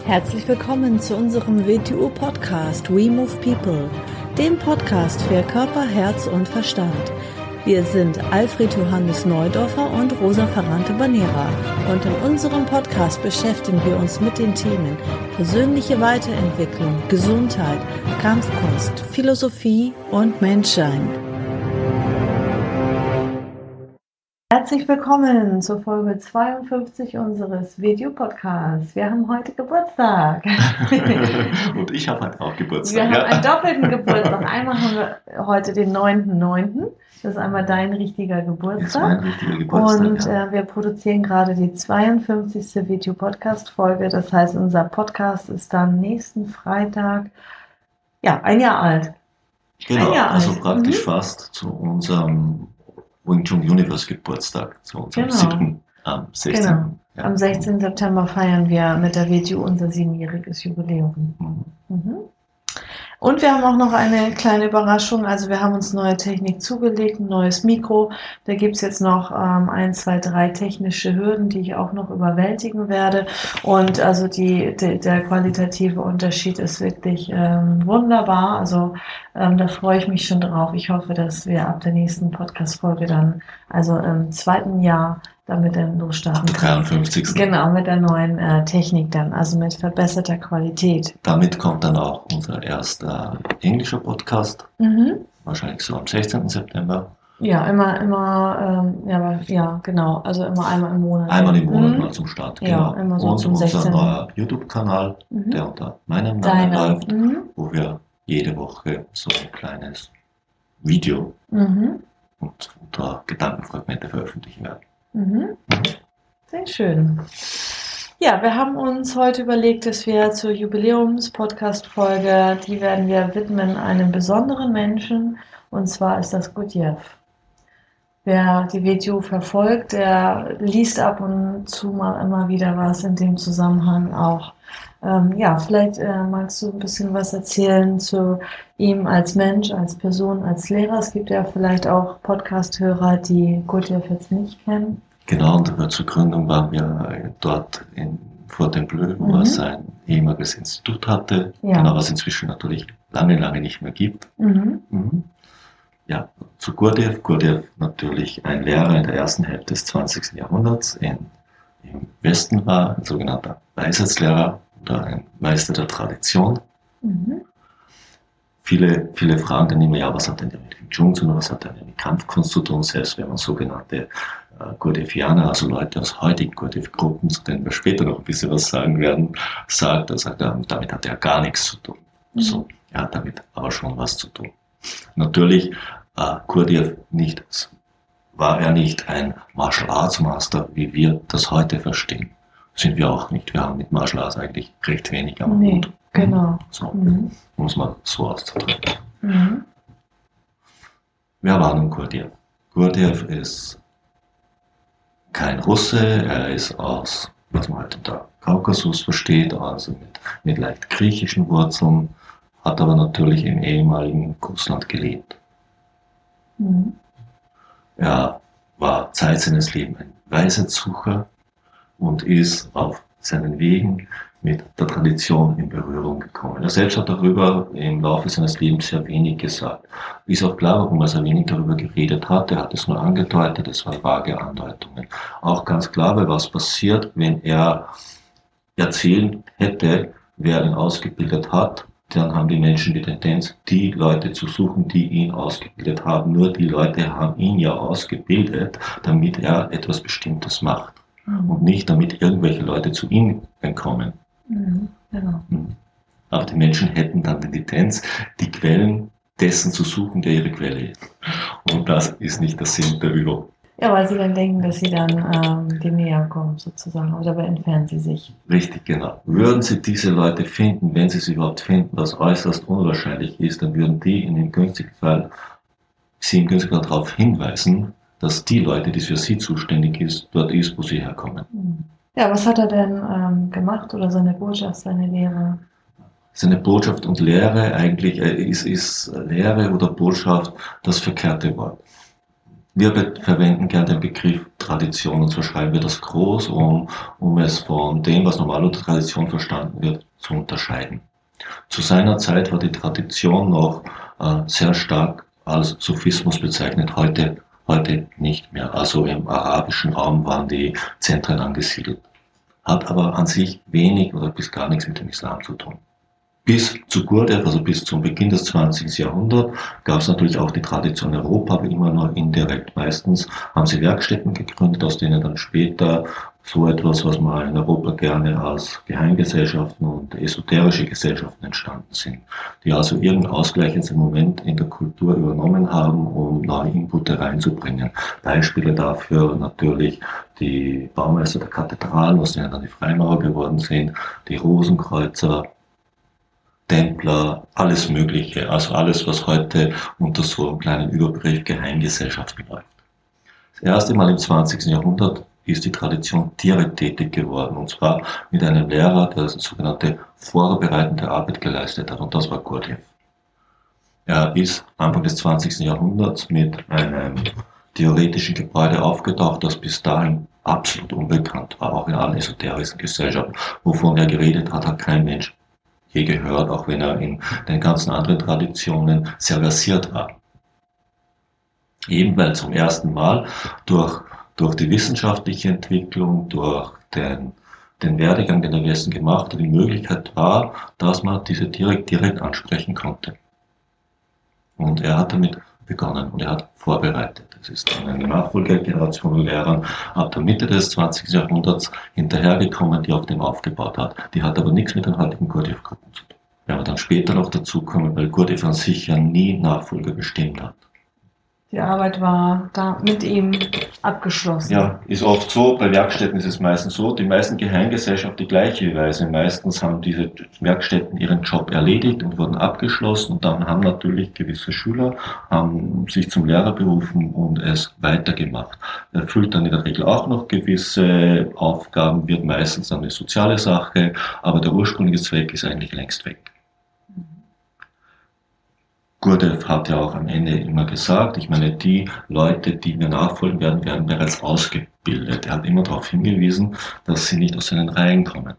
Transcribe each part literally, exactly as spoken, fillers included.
Herzlich willkommen zu unserem W T U-Podcast We Move People, dem Podcast für Körper, Herz und Verstand. Wir sind Alfred Johannes Neudorfer und Rosa Ferrante-Banera und in unserem Podcast beschäftigen wir uns mit den Themen persönliche Weiterentwicklung, Gesundheit, Kampfkunst, Philosophie und Menschsein. Herzlich willkommen zur Folge zweiundfünfzig unseres Video-Podcasts. Wir haben heute Geburtstag. Und ich habe heute auch Geburtstag. Wir ja. haben einen doppelten Geburtstag. Einmal haben wir heute den neunten neunten Das ist einmal dein richtiger Geburtstag. Das ist mein richtiger Geburtstag, Und ja. äh, wir produzieren gerade die zweiundfünfzigste Video-Podcast-Folge. Das heißt, unser Podcast ist dann nächsten Freitag, ja, ein Jahr alt. Genau, ein Jahr also alt. praktisch Mhm. fast zu unserem Wing Chun Universe Geburtstag, zu unserem Genau. siebten, am sechzehnten Genau. Ja. Am sechzehnten September feiern wir mit der W T U unser siebenjähriges Jubiläum. Mhm. Mhm. Und wir haben auch noch eine kleine Überraschung. Also wir haben uns neue Technik zugelegt, ein neues Mikro. Da gibt es jetzt noch ähm, ein, zwei, drei technische Hürden, die ich auch noch überwältigen werde. Und also die, die der qualitative Unterschied ist wirklich ähm, wunderbar. Also ähm, da freue ich mich schon drauf. Ich hoffe, dass wir ab der nächsten Podcast-Folge dann, also im zweiten Jahr, damit dann losstarten Der dreiundfünfzigsten Genau, mit der neuen äh, Technik dann, also mit verbesserter Qualität. Damit kommt dann auch unser erster englischer Podcast, Mhm. wahrscheinlich so am sechzehnten September. Ja, immer, immer, ähm, ja, aber- ja, genau, also immer einmal im Monat. Einmal im Monat Mhm. mal zum Start. Ja, Genau. immer so Und zum unser sechzehnten neuer YouTube-Kanal, Mhm. der unter meinem Namen Deiner. läuft, Mhm. wo wir jede Woche so ein kleines Video Mhm. und unter Gedankenfragmente veröffentlichen werden. Mhm. Sehr schön. Ja, wir haben uns heute überlegt, dass wir zur Jubiläums-Podcast-Folge, die werden wir widmen einem besonderen Menschen, und zwar ist das Gurdjieff. Wer die W T U verfolgt, der liest ab und zu mal immer wieder was in dem Zusammenhang auch. Ähm, ja, vielleicht äh, magst du ein bisschen was erzählen zu ihm als Mensch, als Person, als Lehrer. Es gibt ja vielleicht auch Podcast-Hörer, die Gurdjieff jetzt nicht kennen. Genau, und zur Gründung waren wir dort in Fontainebleau, wo Mhm. er sein ehemaliges Institut hatte, Ja. genau, was inzwischen natürlich lange, lange nicht mehr gibt. Mhm. Mhm. Ja, zu Gurdjieff. Gurdjieff natürlich ein Lehrer in der ersten Hälfte des zwanzigsten Jahrhunderts in, im Westen war, ein sogenannter Weisheitslehrer oder ein Meister der Tradition. Mhm. Viele, viele fragen dann immer, ja, was hat denn der mit Wing Chun zu tun, was hat denn mit Kampfkunst zu tun, selbst wenn man sogenannte äh, Gurdjieffianer, also Leute aus heutigen Gurdjieff-Gruppen, zu denen wir später noch ein bisschen was sagen werden, sagt, er sagt, ähm, damit hat er gar nichts zu tun. Mhm. So, er hat damit aber schon was zu tun. Natürlich, äh, Gurdjieff nicht, war er nicht ein Martial Arts Master, wie wir das heute verstehen. Sind wir auch nicht. Wir haben mit Martial Arts eigentlich recht wenig am Nee, Hut. genau. So, Mhm. um es mal so auszudrücken. Mhm. Wer war nun Gurdjieff? Gurdjieff ist kein Russe, er ist aus, was man halt unter Kaukasus versteht, also mit, mit leicht griechischen Wurzeln, hat aber natürlich im ehemaligen Russland gelebt. Mhm. Er war Zeit seines Lebens ein Weisheitssucher und ist auf seinen Wegen mit der Tradition in Berührung gekommen. Er selbst hat darüber im Laufe seines Lebens sehr wenig gesagt. Ist auch klar, warum er so wenig darüber geredet hat. Er hat es nur angedeutet, es waren vage Andeutungen. Auch ganz klar, weil was passiert, wenn er erzählen hätte, wer ihn ausgebildet hat, dann haben die Menschen die Tendenz, die Leute zu suchen, die ihn ausgebildet haben. Nur die Leute haben ihn ja ausgebildet, damit er etwas Bestimmtes macht. Mhm. Und nicht, damit irgendwelche Leute zu ihm kommen. Mhm. Genau. Aber die Menschen hätten dann die Tendenz, die Quellen dessen zu suchen, der ihre Quelle ist. Und das ist nicht der Sinn der Übung. Ja, weil sie dann denken, dass sie dann ähm, dem näher kommen, sozusagen. Aber dabei entfernen sie sich. Richtig, genau. Würden Sie diese Leute finden, wenn Sie sie überhaupt finden, was äußerst unwahrscheinlich ist, dann würden die in dem günstigen Fall, Sie im günstigen Fall darauf hinweisen, dass die Leute, die für Sie zuständig ist, dort ist, wo Sie herkommen. Mhm. Ja, was hat er denn ähm, gemacht oder seine Botschaft, seine Lehre? Seine Botschaft und Lehre eigentlich äh, ist, ist Lehre oder Botschaft das verkehrte Wort. Wir verwenden gerne den Begriff Tradition, und zwar schreiben wir das groß, um, um es von dem, was normal unter Tradition verstanden wird, zu unterscheiden. Zu seiner Zeit war die Tradition noch äh, sehr stark als Sufismus bezeichnet, heute, heute nicht mehr. Also im arabischen Raum waren die Zentren angesiedelt. Hat aber an sich wenig oder bis gar nichts mit dem Islam zu tun. Bis zu Gurdjieff, also bis zum Beginn des zwanzigsten Jahrhunderts, gab es natürlich auch die Tradition in Europa, aber immer nur indirekt. Meistens haben sie Werkstätten gegründet, aus denen dann später so etwas, was man in Europa gerne als Geheimgesellschaften und esoterische Gesellschaften entstanden sind, die also irgendeinen ausgleichenden Moment in der Kultur übernommen haben, um neue Inputte reinzubringen. Beispiele dafür natürlich die Baumeister der Kathedralen, aus denen dann die Freimaurer geworden sind, die Rosenkreuzer, Templer, alles Mögliche, also alles, was heute unter so einem kleinen Überbegriff Geheimgesellschaften läuft. Das erste Mal im zwanzigsten Jahrhundert ist die Tradition direkt tätig geworden, und zwar mit einem Lehrer, der eine sogenannte vorbereitende Arbeit geleistet hat, und das war Gurdjieff. Er ist Anfang des zwanzigsten Jahrhunderts mit einem theoretischen Gebäude aufgetaucht, das bis dahin absolut unbekannt war, auch in allen esoterischen Gesellschaften. Wovon er geredet hat, hat kein Mensch je gehört, auch wenn er in den ganzen anderen Traditionen sehr versiert war. Eben weil zum ersten Mal durch, durch die wissenschaftliche Entwicklung, durch den, den Werdegang, den der Westen gemacht hat, die Möglichkeit war, dass man diese direkt, direkt ansprechen konnte. Und er hat damit begonnen und er hat vorbereitet. Es ist dann eine Nachfolgegeneration von Lehrern ab der Mitte des zwanzigsten Jahrhunderts hinterhergekommen, die auf dem aufgebaut hat. Die hat aber nichts mit den heutigen Gurdjieff-Gruppen zu tun. Werden wir dann später noch dazu kommen, weil Gurdjieff an sich ja nie Nachfolger bestimmt hat. Die Arbeit war da mit ihm abgeschlossen. Ja, ist oft so, bei Werkstätten ist es meistens so, die meisten Geheimgesellschaften die gleiche Weise. Meistens haben diese Werkstätten ihren Job erledigt und wurden abgeschlossen, und dann haben natürlich gewisse Schüler haben sich zum Lehrer berufen und es weitergemacht. Er erfüllt dann in der Regel auch noch gewisse Aufgaben, wird meistens dann eine soziale Sache, aber der ursprüngliche Zweck ist eigentlich längst weg. Gurdjieff hat ja auch am Ende immer gesagt, ich meine, die Leute, die mir nachfolgen werden, werden bereits ausgebildet. Er hat immer darauf hingewiesen, dass sie nicht aus seinen Reihen kommen.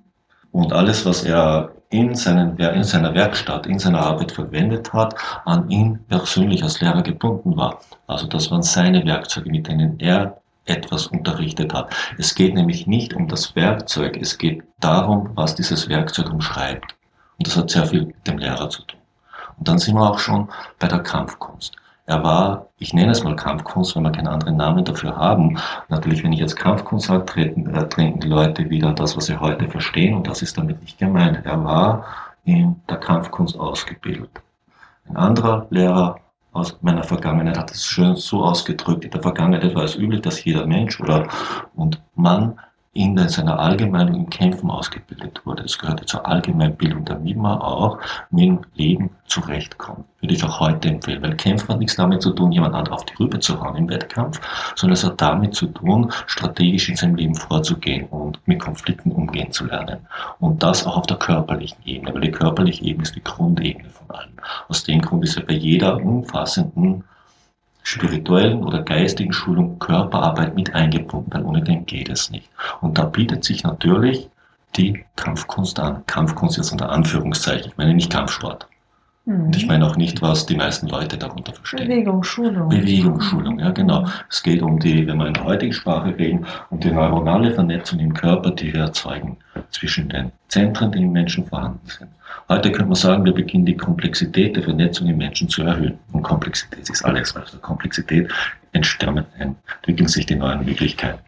Und alles, was er in, seinen, in seiner Werkstatt, in seiner Arbeit verwendet hat, an ihn persönlich als Lehrer gebunden war. Also das waren seine Werkzeuge, mit denen er etwas unterrichtet hat. Es geht nämlich nicht um das Werkzeug, es geht darum, was dieses Werkzeug umschreibt. Und das hat sehr viel mit dem Lehrer zu tun. Und dann sind wir auch schon bei der Kampfkunst. Er war, ich nenne es mal Kampfkunst, weil wir keinen anderen Namen dafür haben. Natürlich, wenn ich jetzt Kampfkunst sage, treten, äh, treten die Leute wieder an das, was sie heute verstehen, und das ist damit nicht gemeint. Er war in der Kampfkunst ausgebildet. Ein anderer Lehrer aus meiner Vergangenheit hat es schön so ausgedrückt: In der Vergangenheit war es üblich, dass jeder Mensch oder und Mann in seiner Allgemeinung im Kämpfen ausgebildet wurde. Es gehörte zur Allgemeinbildung, damit man auch mit dem Leben zurechtkommt. Würde ich auch heute empfehlen, weil Kämpfen hat nichts damit zu tun, jemand anderen auf die Rübe zu hauen im Wettkampf, sondern es hat damit zu tun, strategisch in seinem Leben vorzugehen und mit Konflikten umgehen zu lernen. Und das auch auf der körperlichen Ebene, weil die körperliche Ebene ist die Grundebene von allem. Aus dem Grund ist ja bei jeder umfassenden spirituellen oder geistigen Schulung Körperarbeit mit eingebunden, weil ohne den geht es nicht. Und da bietet sich natürlich die Kampfkunst an. Kampfkunst jetzt unter Anführungszeichen. Ich meine nicht Kampfsport. Mhm. Und ich meine auch nicht, was die meisten Leute darunter verstehen. Bewegungsschulung. Bewegungsschulung, ja genau. Mhm. Es geht um die, wenn wir in der heutigen Sprache reden, um die neuronale Vernetzung im Körper, die wir erzeugen zwischen den Zentren, die im Menschen vorhanden sind. Heute könnte man sagen, wir beginnen die Komplexität der Vernetzung im Menschen zu erhöhen. Und Komplexität ist alles. Aus der Komplexität entstehen, entwickeln sich die neuen Möglichkeiten.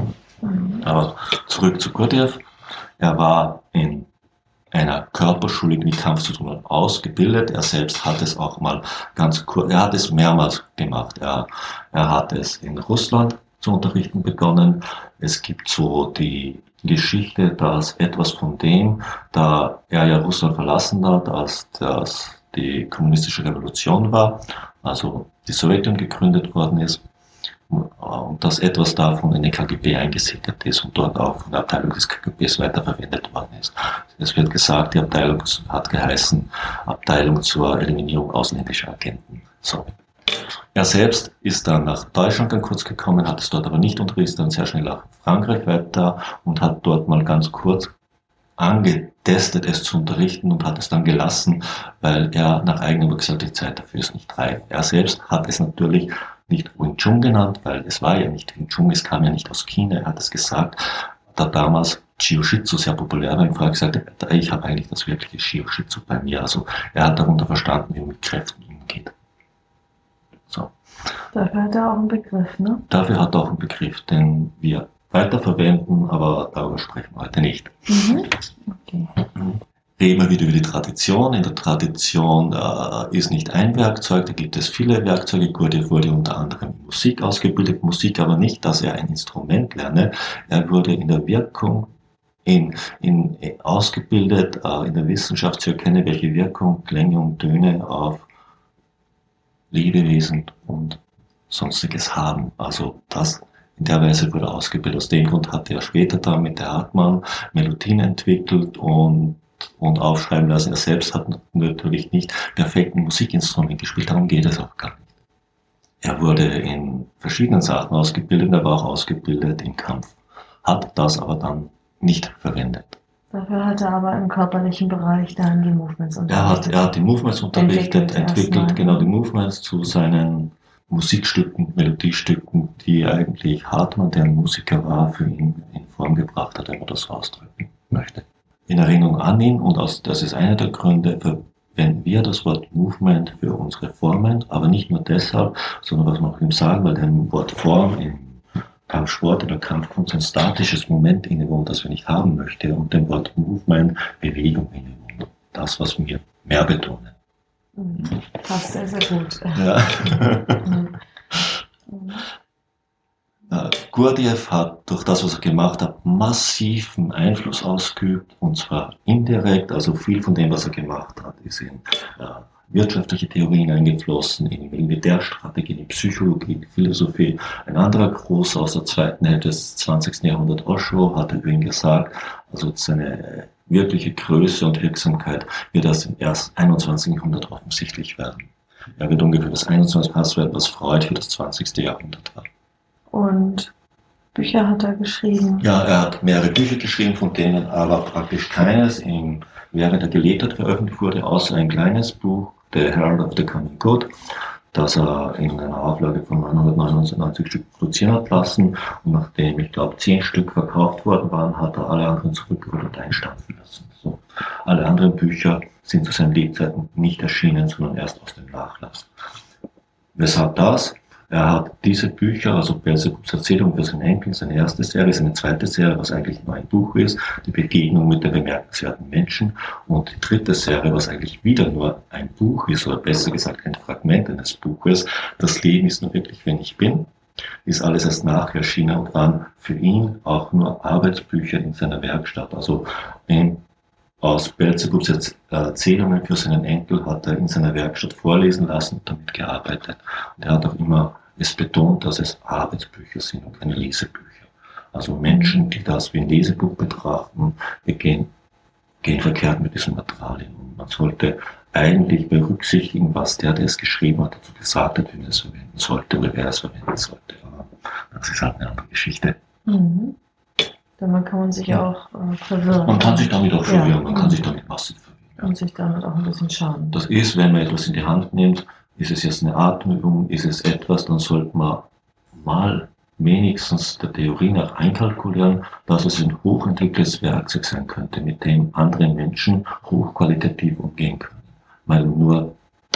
Mhm. Aber zurück zu Gurdjieff. Er war in einer Körperschule, die mit Kampf zu tun hat, ausgebildet. Er selbst hat es auch mal ganz kurz, er hat es mehrmals gemacht. Er, er hat es in Russland zu unterrichten begonnen. Es gibt so die Geschichte, dass etwas von dem, da er ja Russland verlassen hat, als das die kommunistische Revolution war, also die Sowjetunion gegründet worden ist, und dass etwas davon in den K G B eingesickert ist und dort auch von der Abteilung des K G Bs weiterverwendet worden ist. Es wird gesagt, die Abteilung hat geheißen Abteilung zur Eliminierung ausländischer Agenten. So. Er selbst ist dann nach Deutschland dann kurz gekommen, hat es dort aber nicht unterrichtet, dann sehr schnell nach Frankreich weiter und hat dort mal ganz kurz angetestet, es zu unterrichten und hat es dann gelassen, weil er nach eigenem gesagt hat, die Zeit dafür ist nicht reif. Er selbst hat es natürlich nicht Wing Chun genannt, weil es war ja nicht Wing Chun, es kam ja nicht aus China, er hat es gesagt, da damals Jiu-Jitsu sehr populär war, im Frage gesagt, ich habe eigentlich das wirkliche Jiu-Jitsu bei mir, also er hat darunter verstanden, wie man mit Kräften umgeht. So. Dafür hat er auch einen Begriff, ne? Dafür hat er auch einen Begriff, den wir weiterverwenden, aber darüber sprechen wir heute nicht. Mhm. Okay. Reden wir wieder über die Tradition. In der Tradition äh, ist nicht ein Werkzeug, da gibt es viele Werkzeuge. Gurdjieff wurde unter anderem in Musik ausgebildet, Musik aber nicht, dass er ein Instrument lerne. Er wurde in der Wirkung in, in, in ausgebildet, äh, in der Wissenschaft zu erkennen, welche Wirkung Klänge und Töne auf Lebewesen und Sonstiges haben. Also das in der Weise wurde er ausgebildet. Aus dem Grund hat er später dann mit der Hartmann Melodien entwickelt und und aufschreiben lassen. Er selbst hat natürlich nicht perfekt ein Musikinstrument gespielt, darum geht es auch gar nicht. Er wurde in verschiedenen Sachen ausgebildet, er war auch ausgebildet im Kampf, hat das aber dann nicht verwendet. Dafür hat er aber im körperlichen Bereich dann die Movements unterrichtet. Er hat, er hat die Movements unterrichtet, entwickelt, entwickelt genau die Movements zu seinen Musikstücken, Melodiestücken, die eigentlich Hartmann, der ein Musiker war, für ihn in Form gebracht hat, wenn man das so ausdrücken möchte. In Erinnerung an ihn, und aus, das ist einer der Gründe, verwenden wir das Wort Movement für unsere Formen, aber nicht nur deshalb, sondern was man auch ihm sagen, weil dem Wort Form im Kampfsport oder Kampfkunst ein statisches Moment innewohnt, das wir nicht haben möchten, und dem Wort Movement Bewegung innewohnt. Das, was wir mehr betonen. Passt sehr, sehr gut. Ja. Gurdjieff hat durch das, was er gemacht hat, massiven Einfluss ausgeübt, und zwar indirekt. Also viel von dem, was er gemacht hat, ist in äh, wirtschaftliche Theorien eingeflossen, in Militärstrategien, in Psychologie, in Philosophie. Ein anderer Großer aus der zweiten Hälfte des zwanzigsten Jahrhunderts, Osho, hat über ihn gesagt, also seine wirkliche Größe und Wirksamkeit wird erst im ersten einundzwanzigsten Jahrhundert offensichtlich werden. Er wird ungefähr das einundzwanzigste Jahrhundert werden, was Freud für das zwanzigste Jahrhundert war. Und Bücher hat er geschrieben? Ja, er hat mehrere Bücher geschrieben, von denen aber praktisch keines, in, während er gelebt hat, veröffentlicht wurde, außer ein kleines Buch, The Herald of the Common Good, das er in einer Auflage von neunhundertneunundneunzig Stück produzieren hat lassen. Und nachdem, ich glaube, zehn Stück verkauft worden waren, hat er alle anderen zurückgeholt und einstampfen lassen. So. Alle anderen Bücher sind zu seinen Lebzeiten nicht erschienen, sondern erst aus dem Nachlass. Weshalb das? Er hat diese Bücher, also Beelzebups Erzählung für seinen Enkel, seine erste Serie, seine zweite Serie, was eigentlich nur ein Buch ist, die Begegnung mit den bemerkenswerten Menschen, und die dritte Serie, was eigentlich wieder nur ein Buch ist, oder besser gesagt ein Fragment eines Buches, das Leben ist nur wirklich, wenn ich bin, ist alles erst nachher erschienen und waren für ihn auch nur Arbeitsbücher in seiner Werkstatt. Also in Aus Beelzebups Erzählungen für seinen Enkel hat er in seiner Werkstatt vorlesen lassen und damit gearbeitet. Und er hat auch immer es betont, dass es Arbeitsbücher sind und keine Lesebücher. Also Menschen, die das wie ein Lesebuch betrachten, gehen, gehen verkehrt mit diesen Materialien. Und man sollte eigentlich berücksichtigen, was der, der es geschrieben hat, dazu gesagt hat, wie man es verwenden sollte oder wer es verwenden sollte. Aber das ist halt eine andere Geschichte. Mhm. Damit kann man sich ja auch äh, verwirren. Man kann sich damit auch verwirren, ja. man kann sich damit massiv verwirren. Ja. Und sich damit auch ein bisschen schaden. Das ist, wenn man etwas in die Hand nimmt, ist es jetzt eine Atemübung, ist es etwas, dann sollte man mal wenigstens der Theorie nach einkalkulieren, dass es ein hochentwickeltes Werkzeug sein könnte, mit dem andere Menschen hochqualitativ umgehen können. Weil nur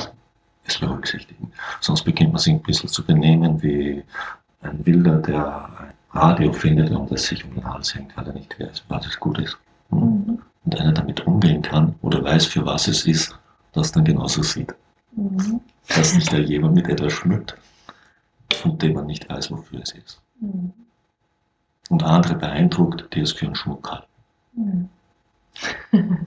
es berücksichtigen. Sonst beginnt man sich ein bisschen zu benehmen wie ein Wilder, der ein Radio findet und es sich um den Hals hängt, weil er nicht weiß, was es gut ist. Mhm. Und einer damit umgehen kann oder weiß, für was es ist, das dann genauso sieht. Mhm. Dass sich da jemand mit etwas schmückt, von dem man nicht weiß, wofür es ist. Mhm. Und andere beeindruckt, die es für einen Schmuck halten. Mhm.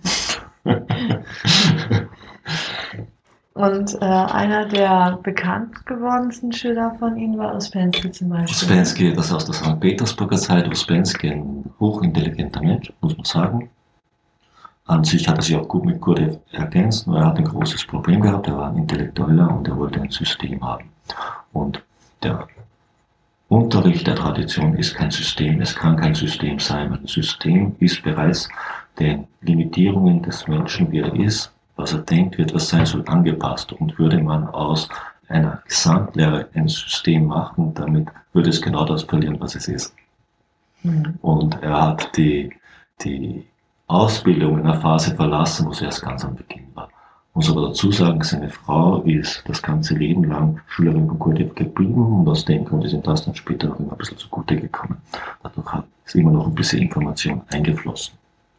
Und äh, einer der bekannt gewordensten Schüler von ihm war Ouspensky zum Beispiel. Ouspensky, das ist aus der Sankt Petersburger Zeit. Ouspensky, ein hochintelligenter Mensch, muss man sagen. An sich hat er sich auch gut mit Gurdjieff ergänzt, nur er hat ein großes Problem gehabt. Er war ein Intellektueller und er wollte ein System haben. Und der Unterricht der Tradition ist kein System, es kann kein System sein. Ein System ist bereits den Limitierungen des Menschen, wie er ist, was er denkt, wie etwas sein soll, angepasst. Und würde man aus einer Gesamtlehre ein System machen, damit würde es genau das verlieren, was es ist. Mhm. Und er hat die, die Ausbildung in einer Phase verlassen, wo es erst ganz am Beginn war. Muss aber dazu sagen, seine Frau ist das ganze Leben lang Schülerin von Gurdjieff geblieben und aus dem Grund ist ihm das dann später noch immer ein bisschen zugute gekommen. Dadurch ist immer noch ein bisschen Information eingeflossen.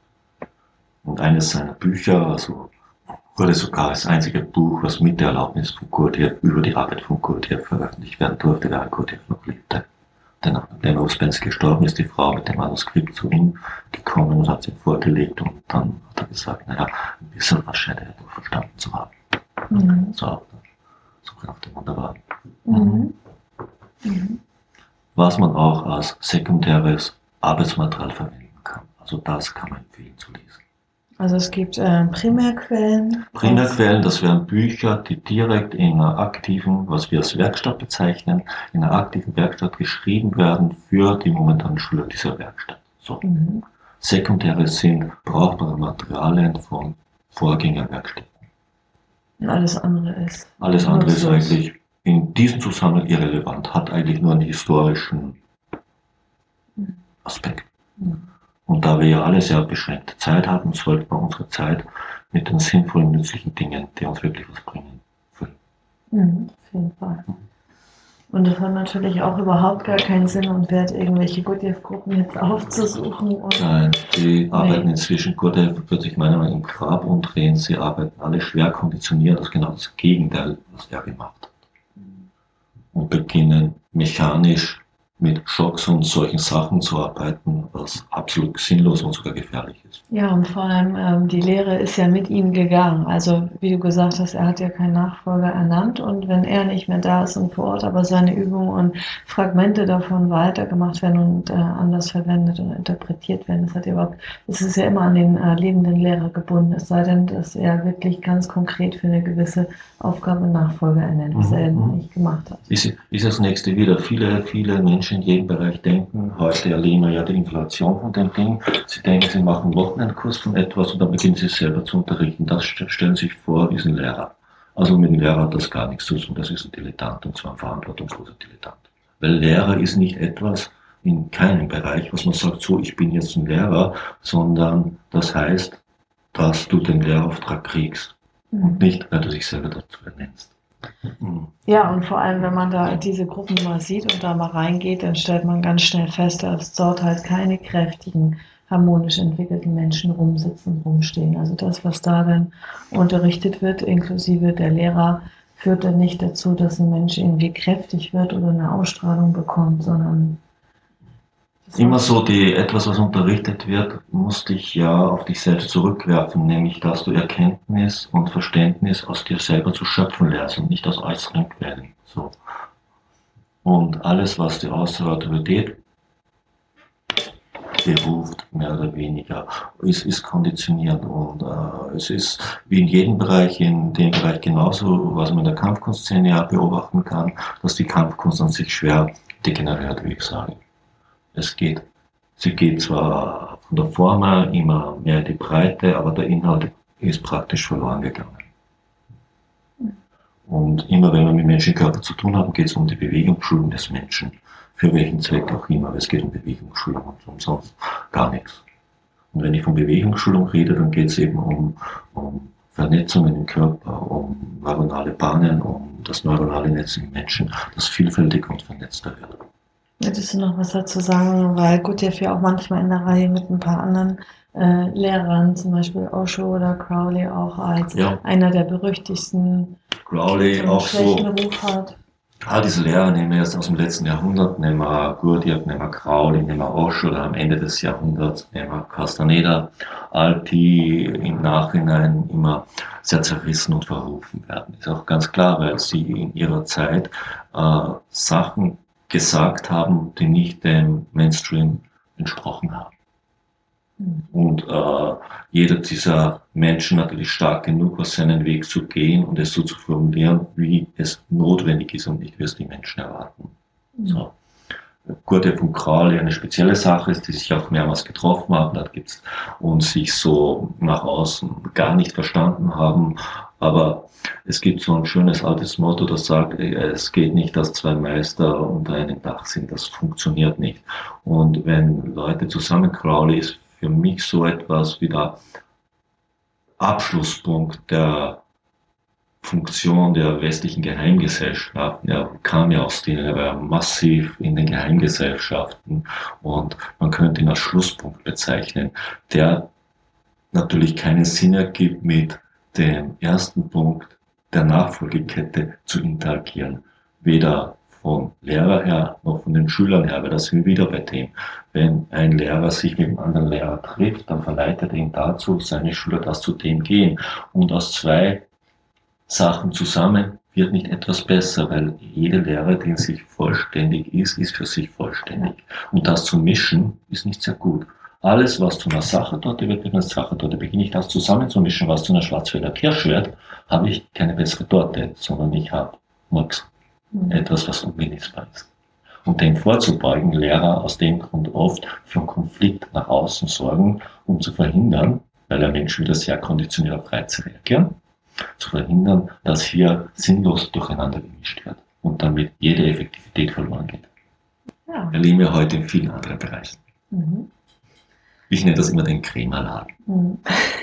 Und eines seiner Bücher, also wurde sogar das einzige Buch, was mit der Erlaubnis von Gurdjieff über die Arbeit von Gurdjieff veröffentlicht werden durfte, während Gurdjieff noch lebte. Denn nachdem Ouspensky gestorben ist, die Frau mit dem Manuskript zu ihm gekommen und hat es ihm vorgelegt und dann hat er gesagt, naja, ein bisschen was scheint er doch verstanden zu haben. Mhm. So, so auf dem Wunderbaren. Mhm. Mhm. Was man auch als sekundäres Arbeitsmaterial verwenden kann. Also das kann man empfehlen zu lesen. Also es gibt äh, Primärquellen. Primärquellen, das wären Bücher, die direkt in einer aktiven, was wir als Werkstatt bezeichnen, in einer aktiven Werkstatt geschrieben werden für die momentanen Schüler dieser Werkstatt. So. Mhm. Sekundäre sind brauchbare Materialien von Vorgängerwerkstätten. Und alles andere ist. Alles andere ist eigentlich in diesem Zusammenhang irrelevant, hat eigentlich nur einen historischen Aspekt. Mhm. Und da wir ja alle sehr beschränkte Zeit haben, sollten wir unsere Zeit mit den sinnvollen, nützlichen Dingen, die uns wirklich was bringen, füllen. Mhm, auf jeden Fall. Und es hat natürlich auch überhaupt gar keinen Sinn und Wert, irgendwelche Gurdjieff-Gruppen jetzt aufzusuchen. Und Nein, die nee. arbeiten inzwischen, Gurdjieff wird sich meiner Meinung nach im Grab umdrehen, sie arbeiten alle schwer konditioniert, das ist genau das Gegenteil, was er gemacht hat. Und beginnen mechanisch mit Schocks und solchen Sachen zu arbeiten, was absolut sinnlos und sogar gefährlich ist. Ja, und vor allem ähm, die Lehre ist ja mit ihm gegangen. Also wie du gesagt hast, er hat ja keinen Nachfolger ernannt und wenn er nicht mehr da ist und vor Ort aber seine Übungen und Fragmente davon weitergemacht werden und äh, anders verwendet und interpretiert werden, das hat ja überhaupt, es ist ja immer an den äh, lebenden Lehrer gebunden, es sei denn, dass er wirklich ganz konkret für eine gewisse Aufgabe Nachfolger ernennt, was mhm. er nicht gemacht hat. Ist, ist das nächste wieder. Viele, viele Menschen in jedem Bereich denken, heute erleben wir ja die Inflation von dem Ding, sie denken, sie machen Wochenendkurs von etwas und dann beginnen sie selber zu unterrichten. Das stellen sie sich vor, ist ein Lehrer. Also mit dem Lehrer hat das gar nichts zu tun, das ist ein Dilettant und zwar ein verantwortungsloser Dilettant. Weil Lehrer ist nicht etwas in keinem Bereich, was man sagt, so, ich bin jetzt ein Lehrer, sondern das heißt, dass du den Lehrauftrag kriegst mhm. und nicht, weil du dich selber dazu ernennst. Ja, und vor allem, wenn man da diese Gruppen mal sieht und da mal reingeht, dann stellt man ganz schnell fest, dass dort halt keine kräftigen, harmonisch entwickelten Menschen rumsitzen, rumstehen. Also das, was da dann unterrichtet wird, inklusive der Lehrer, führt dann nicht dazu, dass ein Mensch irgendwie kräftig wird oder eine Ausstrahlung bekommt, sondern immer so, die etwas, was unterrichtet wird, muss dich ja auf dich selbst zurückwerfen, nämlich, dass du Erkenntnis und Verständnis aus dir selber zu schöpfen lernst und nicht aus äußeren Quellen. So. Und alles, was die äußere Autorität beruft, mehr oder weniger, ist, ist konditioniert und äh, es ist wie in jedem Bereich, in dem Bereich genauso, was man in der Kampfkunstszene ja beobachten kann, dass die Kampfkunst an sich schwer degeneriert, wie ich sage. Es geht, sie geht zwar von der Form her immer mehr in die Breite, aber der Inhalt ist praktisch verloren gegangen. Und immer wenn wir mit Menschenkörper zu tun haben, geht es um die Bewegungsschulung des Menschen. Für welchen Zweck auch immer. Es geht um Bewegungsschulung und um sonst gar nichts. Und wenn ich von Bewegungsschulung rede, dann geht es eben um, um Vernetzungen im Körper, um neuronale Bahnen, um das neuronale Netz im Menschen, das vielfältiger und vernetzter wird. Hättest du noch was dazu sagen, weil Gurdjieff ja auch manchmal in der Reihe mit ein paar anderen äh, Lehrern, zum Beispiel Osho oder Crowley, auch als ja. einer der berüchtigsten Crowley auch so. Ruf hat. All diese Lehrer nehmen wir jetzt aus dem letzten Jahrhundert, nehmen wir Gurdjieff, nehmen wir Crowley, nehmen wir Osho oder am Ende des Jahrhunderts nehmen wir Castaneda, all die im Nachhinein immer sehr zerrissen und verrufen werden. Ist auch ganz klar, weil sie in ihrer Zeit äh, Sachen gesagt haben, die nicht dem Mainstream entsprochen haben. Und äh, jeder dieser Menschen natürlich stark genug war, seinen Weg zu gehen und es so zu formulieren, wie es notwendig ist und nicht, wie es die Menschen erwarten. Mhm. So. Gurte von Crowley eine spezielle Sache ist, die sich auch mehrmals getroffen haben, da gibt's und sich so nach außen gar nicht verstanden haben. Aber es gibt so ein schönes altes Motto, das sagt, es geht nicht, dass zwei Meister unter einem Dach sind. Das funktioniert nicht. Und wenn Leute zusammen, Crowley ist für mich so etwas wie der Abschlusspunkt der Funktion der westlichen Geheimgesellschaft. Er kam ja aus denen, er war massiv in den Geheimgesellschaften und man könnte ihn als Schlusspunkt bezeichnen, der natürlich keinen Sinn ergibt, mit dem ersten Punkt der Nachfolgekette zu interagieren. Weder vom Lehrer her noch von den Schülern her, weil das sind wir wieder bei dem. Wenn ein Lehrer sich mit einem anderen Lehrer trifft, dann verleitet er ihn dazu, seine Schüler das zu dem gehen. Und aus zwei Sachen zusammen wird nicht etwas besser, weil jede Lehre, die in sich vollständig ist, ist für sich vollständig. Und das zu mischen, ist nicht sehr gut. Alles, was zu einer Sachertorte wird, wird eine Sachertorte. Beginne ich das zusammenzumischen, was zu einer Schwarzwälder Kirsch wird, habe ich keine bessere Torte, sondern ich habe Murks. Mhm. Etwas, was ungenießbar ist. Und dem vorzubeugen, Lehrer aus dem Grund oft für einen Konflikt nach außen sorgen, um zu verhindern, weil der Mensch wieder sehr konditioniert auf Reize reagieren, zu verhindern, dass hier sinnlos durcheinander gemischt wird und damit jede Effektivität verloren geht. Ja. Erleben wir heute in vielen anderen Bereichen. Mhm. Ich nenne das immer den Krämerladen. Mhm.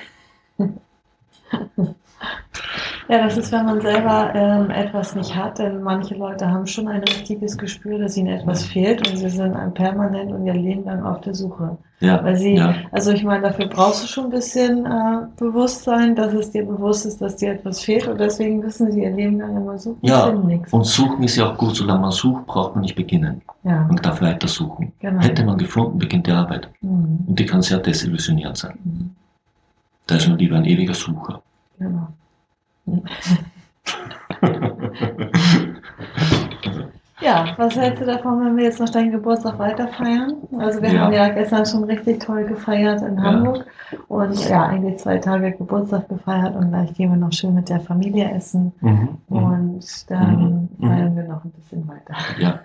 Ja, das ist, wenn man selber ähm, etwas nicht hat, denn manche Leute haben schon ein richtiges Gespür, dass ihnen etwas fehlt und sie sind ein permanent und ihr Leben lang auf der Suche. Ja, weil sie, ja. Also ich meine, dafür brauchst du schon ein bisschen äh, Bewusstsein, dass es dir bewusst ist, dass dir etwas fehlt und deswegen wissen sie ihr Leben lang immer suchen, ja, finden nichts. Und suchen ist ja auch gut, solange man sucht, braucht man nicht beginnen. Ja. Man darf weiter suchen. Genau. Hätte man gefunden, beginnt die Arbeit. Mhm. Und die kann sehr desillusionierend sein. Mhm. Da ist man lieber ein ewiger Sucher. Genau. Ja, was hältst du davon, wenn wir jetzt noch deinen Geburtstag weiter feiern? Also wir ja. haben ja gestern schon richtig toll gefeiert in Hamburg ja. und ja, eigentlich zwei Tage Geburtstag gefeiert und gleich gehen wir noch schön mit der Familie essen mhm. und dann mhm. feiern wir noch ein bisschen weiter. Ja.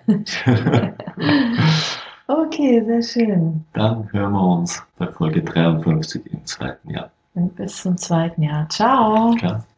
Okay, sehr schön. Dann hören wir uns bei Folge dreiundfünfzig im zweiten Jahr. Und bis zum zweiten Jahr. Ciao. Klar.